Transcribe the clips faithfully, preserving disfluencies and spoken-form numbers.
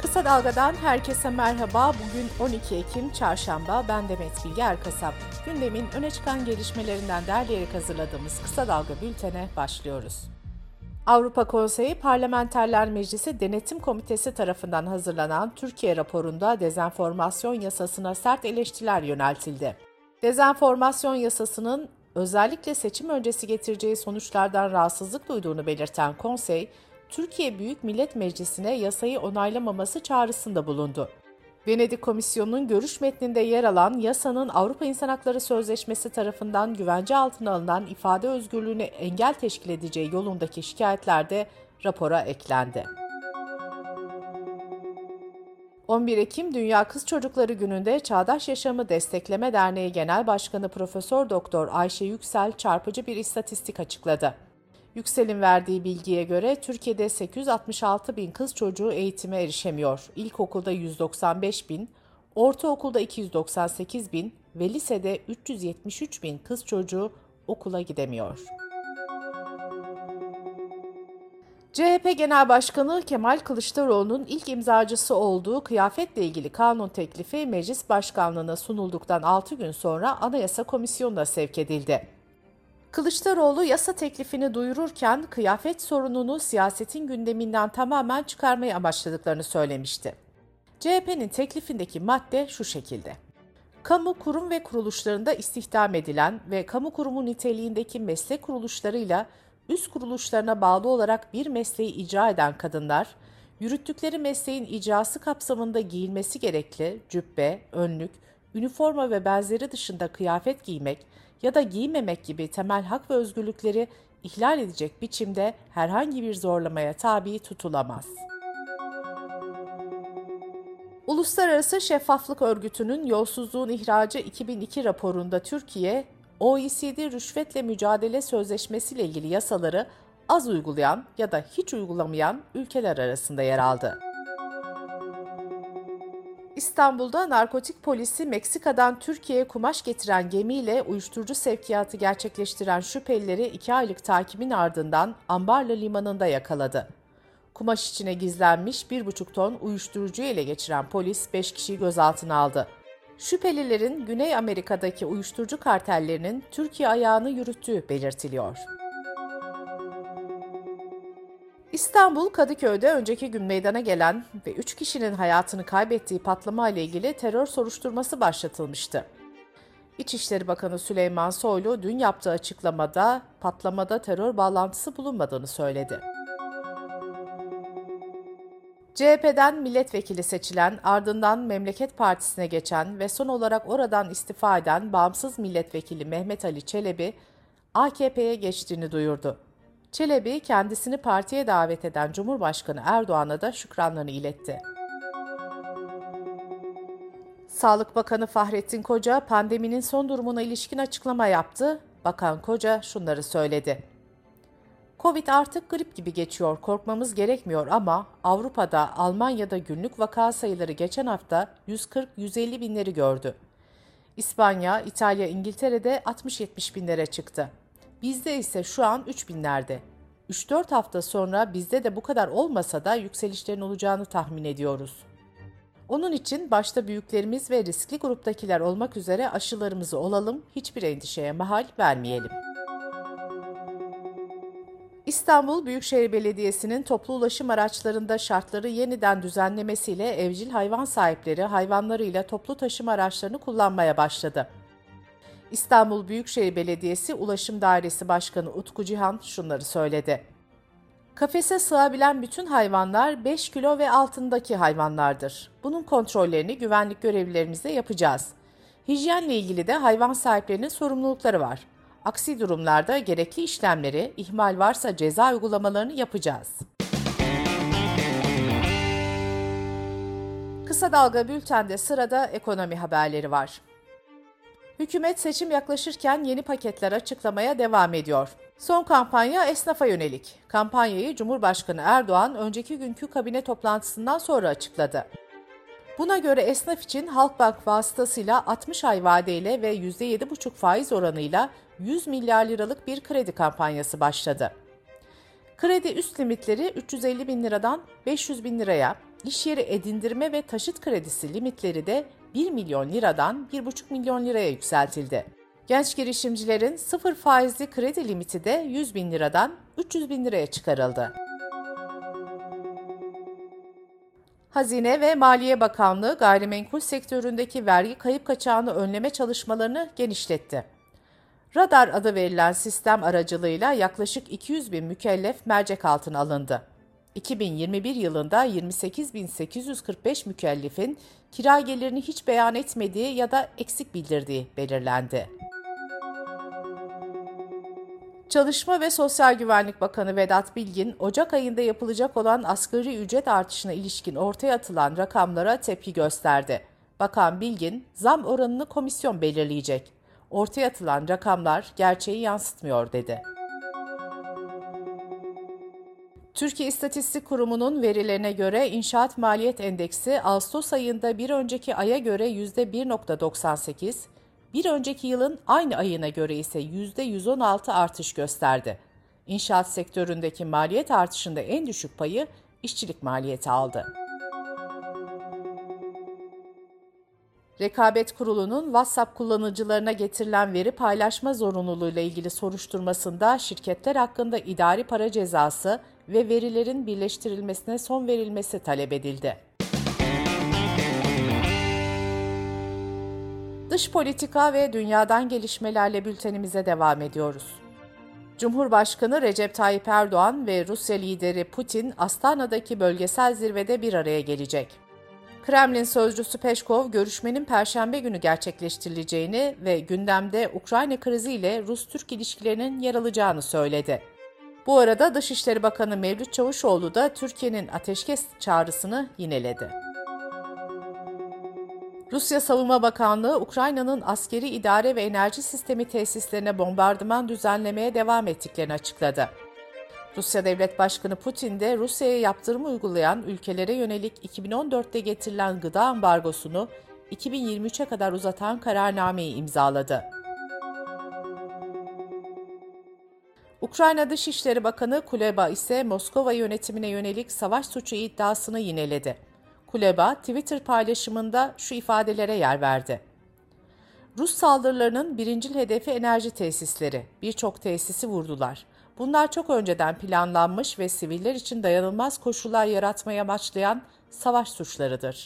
Kısa Dalga'dan herkese merhaba. Bugün on iki Ekim Çarşamba. Ben Demet Bilge Erkasap. Gündemin öne çıkan gelişmelerinden derleyerek hazırladığımız Kısa Dalga bültene başlıyoruz. Avrupa Konseyi Parlamenterler Meclisi Denetim Komitesi tarafından hazırlanan Türkiye raporunda dezenformasyon yasasına sert eleştiriler yöneltildi. Dezenformasyon yasasının özellikle seçim öncesi getireceği sonuçlardan rahatsızlık duyduğunu belirten konsey, Türkiye Büyük Millet Meclisi'ne yasayı onaylamaması çağrısında bulundu. Venedik Komisyonu'nun görüş metninde yer alan yasanın Avrupa İnsan Hakları Sözleşmesi tarafından güvence altına alınan ifade özgürlüğüne engel teşkil edeceği yolundaki şikayetler de rapora eklendi. on bir Ekim Dünya Kız Çocukları Günü'nde Çağdaş Yaşamı Destekleme Derneği Genel Başkanı Profesör Doktor Ayşe Yüksel çarpıcı bir istatistik açıkladı. Yüksel'in verdiği bilgiye göre Türkiye'de sekiz yüz altmış altı bin kız çocuğu eğitime erişemiyor. İlkokulda yüz doksan beş bin, ortaokulda iki yüz doksan sekiz bin ve lisede üç yüz yetmiş üç bin kız çocuğu okula gidemiyor. C H P Genel Başkanı Kemal Kılıçdaroğlu'nun ilk imzacısı olduğu kıyafetle ilgili kanun teklifi Meclis Başkanlığı'na sunulduktan altı gün sonra Anayasa Komisyonu'na sevk edildi. Kılıçdaroğlu yasa teklifini duyururken kıyafet sorununu siyasetin gündeminden tamamen çıkarmayı amaçladıklarını söylemişti. C H P'nin teklifindeki madde şu şekilde: Kamu kurum ve kuruluşlarında istihdam edilen ve kamu kurumu niteliğindeki meslek kuruluşlarıyla üst kuruluşlarına bağlı olarak bir mesleği icra eden kadınlar, yürüttükleri mesleğin icrası kapsamında giyilmesi gerekli cübbe, önlük, üniforma ve benzeri dışında kıyafet giymek ya da giymemek gibi temel hak ve özgürlükleri ihlal edecek biçimde herhangi bir zorlamaya tabi tutulamaz. Uluslararası Şeffaflık Örgütü'nün Yolsuzluğun İhracı iki bin iki raporunda Türkiye, O E C D Rüşvetle Mücadele Sözleşmesi ile ilgili yasaları az uygulayan ya da hiç uygulamayan ülkeler arasında yer aldı. İstanbul'da narkotik polisi Meksika'dan Türkiye'ye kumaş getiren gemiyle uyuşturucu sevkiyatı gerçekleştiren şüphelileri iki aylık takibin ardından Ambarlı Limanı'nda yakaladı. Kumaş içine gizlenmiş bir buçuk ton uyuşturucuyu ele geçiren polis beş kişiyi gözaltına aldı. Şüphelilerin Güney Amerika'daki uyuşturucu kartellerinin Türkiye ayağını yürüttüğü belirtiliyor. İstanbul Kadıköy'de önceki gün meydana gelen ve üç kişinin hayatını kaybettiği patlama ile ilgili terör soruşturması başlatılmıştı. İçişleri Bakanı Süleyman Soylu dün yaptığı açıklamada patlamada terör bağlantısı bulunmadığını söyledi. C H P'den milletvekili seçilen, ardından Memleket Partisi'ne geçen ve son olarak oradan istifa eden bağımsız milletvekili Mehmet Ali Çelebi, A K P'ye geçtiğini duyurdu. Çelebi, kendisini partiye davet eden Cumhurbaşkanı Erdoğan'a da şükranlarını iletti. Sağlık Bakanı Fahrettin Koca, pandeminin son durumuna ilişkin açıklama yaptı. Bakan Koca şunları söyledi: Covid artık grip gibi geçiyor, korkmamız gerekmiyor ama Avrupa'da, Almanya'da günlük vaka sayıları geçen hafta yüz kırk yüz elli binleri gördü. İspanya, İtalya, İngiltere'de altmış yetmiş binlere çıktı. Bizde ise şu an üç binlerde. üç dört hafta sonra bizde de bu kadar olmasa da yükselişlerin olacağını tahmin ediyoruz. Onun için başta büyüklerimiz ve riskli gruptakiler olmak üzere aşılarımızı olalım, hiçbir endişeye mahal vermeyelim. İstanbul Büyükşehir Belediyesi'nin toplu ulaşım araçlarında şartları yeniden düzenlemesiyle evcil hayvan sahipleri hayvanlarıyla toplu taşıma araçlarını kullanmaya başladı. İstanbul Büyükşehir Belediyesi Ulaşım Dairesi Başkanı Utku Cihan şunları söyledi: Kafese sığabilen bütün hayvanlar beş kilo ve altındaki hayvanlardır. Bunun kontrollerini güvenlik görevlilerimizle yapacağız. Hijyenle ilgili de hayvan sahiplerinin sorumlulukları var. Aksi durumlarda gerekli işlemleri, ihmal varsa ceza uygulamalarını yapacağız. Kısa Dalga Bülten'de sırada ekonomi haberleri var. Hükümet seçim yaklaşırken yeni paketler açıklamaya devam ediyor. Son kampanya esnafa yönelik. Kampanyayı Cumhurbaşkanı Erdoğan önceki günkü kabine toplantısından sonra açıkladı. Buna göre esnaf için Halkbank vasıtasıyla altmış ay vadeyle ve yüzde yedi virgül beş faiz oranıyla yüz milyar liralık bir kredi kampanyası başladı. Kredi üst limitleri üç yüz elli bin liradan beş yüz bin liraya, İş yeri edindirme ve taşıt kredisi limitleri de bir milyon liradan bir buçuk milyon liraya yükseltildi. Genç girişimcilerin sıfır faizli kredi limiti de yüz bin liradan üç yüz bin liraya çıkarıldı. Hazine ve Maliye Bakanlığı gayrimenkul sektöründeki vergi kayıp kaçağını önleme çalışmalarını genişletti. Radar adı verilen sistem aracılığıyla yaklaşık iki yüz bin mükellef mercek altına alındı. iki bin yirmi bir yılında yirmi sekiz bin sekiz yüz kırk beş mükellefin kira gelirini hiç beyan etmediği ya da eksik bildirdiği belirlendi. Çalışma ve Sosyal Güvenlik Bakanı Vedat Bilgin, Ocak ayında yapılacak olan asgari ücret artışına ilişkin ortaya atılan rakamlara tepki gösterdi. Bakan Bilgin, zam oranını komisyon belirleyecek. Ortaya atılan rakamlar gerçeği yansıtmıyor dedi. Türkiye İstatistik Kurumu'nun verilerine göre inşaat maliyet endeksi Ağustos ayında bir önceki aya göre yüzde bir virgül doksan sekiz, bir önceki yılın aynı ayına göre ise yüzde yüz on altı artış gösterdi. İnşaat sektöründeki maliyet artışında en düşük payı işçilik maliyeti aldı. Rekabet Kurulu'nun WhatsApp kullanıcılarına getirilen veri paylaşma zorunluluğuyla ilgili soruşturmasında şirketler hakkında idari para cezası ve verilerin birleştirilmesine son verilmesi talep edildi. Dış politika ve dünyadan gelişmelerle bültenimize devam ediyoruz. Cumhurbaşkanı Recep Tayyip Erdoğan ve Rusya lideri Putin Astana'daki bölgesel zirvede bir araya gelecek. Kremlin sözcüsü Peşkov, görüşmenin Perşembe günü gerçekleştirileceğini ve gündemde Ukrayna krizi ile Rus-Türk ilişkilerinin yer alacağını söyledi. Bu arada Dışişleri Bakanı Mevlüt Çavuşoğlu da Türkiye'nin ateşkes çağrısını yineledi. Rusya Savunma Bakanlığı, Ukrayna'nın askeri idare ve enerji sistemi tesislerine bombardıman düzenlemeye devam ettiklerini açıkladı. Rusya Devlet Başkanı Putin de Rusya'ya yaptırım uygulayan ülkelere yönelik iki bin on dörtte getirilen gıda ambargosunu iki bin yirmi üçe kadar uzatan kararnameyi imzaladı. Ukrayna Dışişleri Bakanı Kuleba ise Moskova yönetimine yönelik savaş suçu iddiasını yineledi. Kuleba, Twitter paylaşımında şu ifadelere yer verdi. Rus saldırılarının birincil hedefi enerji tesisleri. Birçok tesisi vurdular. Bunlar çok önceden planlanmış ve siviller için dayanılmaz koşullar yaratmaya amaçlayan savaş suçlarıdır.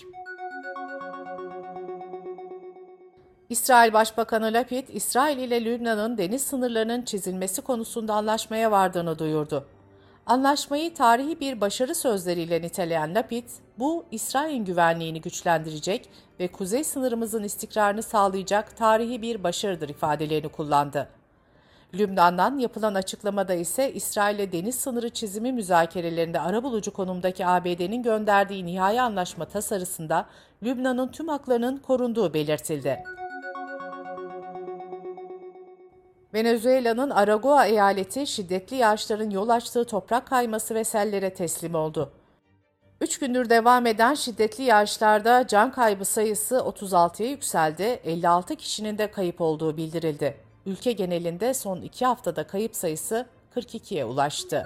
İsrail Başbakanı Lapid, İsrail ile Lübnan'ın deniz sınırlarının çizilmesi konusunda anlaşmaya vardığını duyurdu. Anlaşmayı tarihi bir başarı sözleriyle niteleyen Lapid, bu İsrail'in güvenliğini güçlendirecek ve kuzey sınırımızın istikrarını sağlayacak tarihi bir başarıdır ifadelerini kullandı. Lübnan'dan yapılan açıklamada ise İsrail'le deniz sınırı çizimi müzakerelerinde arabulucu konumdaki A B D'nin gönderdiği nihai anlaşma tasarısında Lübnan'ın tüm haklarının korunduğu belirtildi. Venezuela'nın Aragua eyaleti şiddetli yağışların yol açtığı toprak kayması ve sellere teslim oldu. Üç gündür devam eden şiddetli yağışlarda can kaybı sayısı otuz altıya yükseldi, elli altı kişinin de kayıp olduğu bildirildi. Ülke genelinde son iki haftada kayıp sayısı kırk ikiye ulaştı.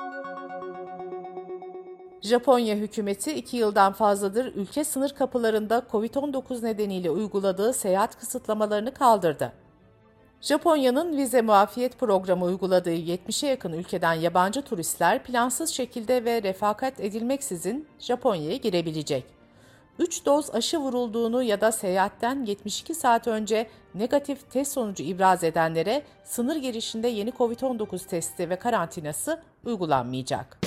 Japonya hükümeti iki yıldan fazladır ülke sınır kapılarında kovid on dokuz nedeniyle uyguladığı seyahat kısıtlamalarını kaldırdı. Japonya'nın vize muafiyet programı uyguladığı yetmişe yakın ülkeden yabancı turistler plansız şekilde ve refakat edilmeksizin Japonya'ya girebilecek. üç doz aşı vurulduğunu ya da seyahatten yetmiş iki saat önce negatif test sonucu ibraz edenlere sınır girişinde yeni kovid on dokuz testi ve karantinası uygulanmayacak.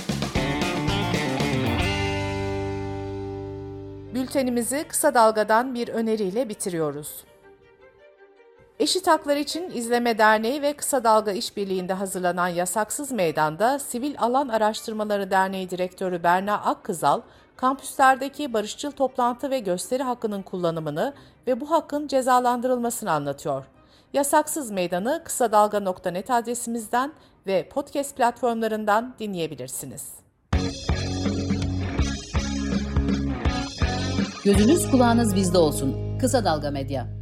Bültenimizi kısa dalgadan bir öneriyle bitiriyoruz. Eşit Haklar İçin İzleme Derneği ve Kısa Dalga İşbirliği'nde hazırlanan Yasaksız Meydan'da Sivil Alan Araştırmaları Derneği Direktörü Berna Akkızal, kampüslerdeki barışçıl toplantı ve gösteri hakkının kullanımını ve bu hakkın cezalandırılmasını anlatıyor. Yasaksız Meydan'ı kısa dalga nokta net adresimizden ve podcast platformlarından dinleyebilirsiniz. Gözünüz kulağınız bizde olsun. Kısa Dalga Medya.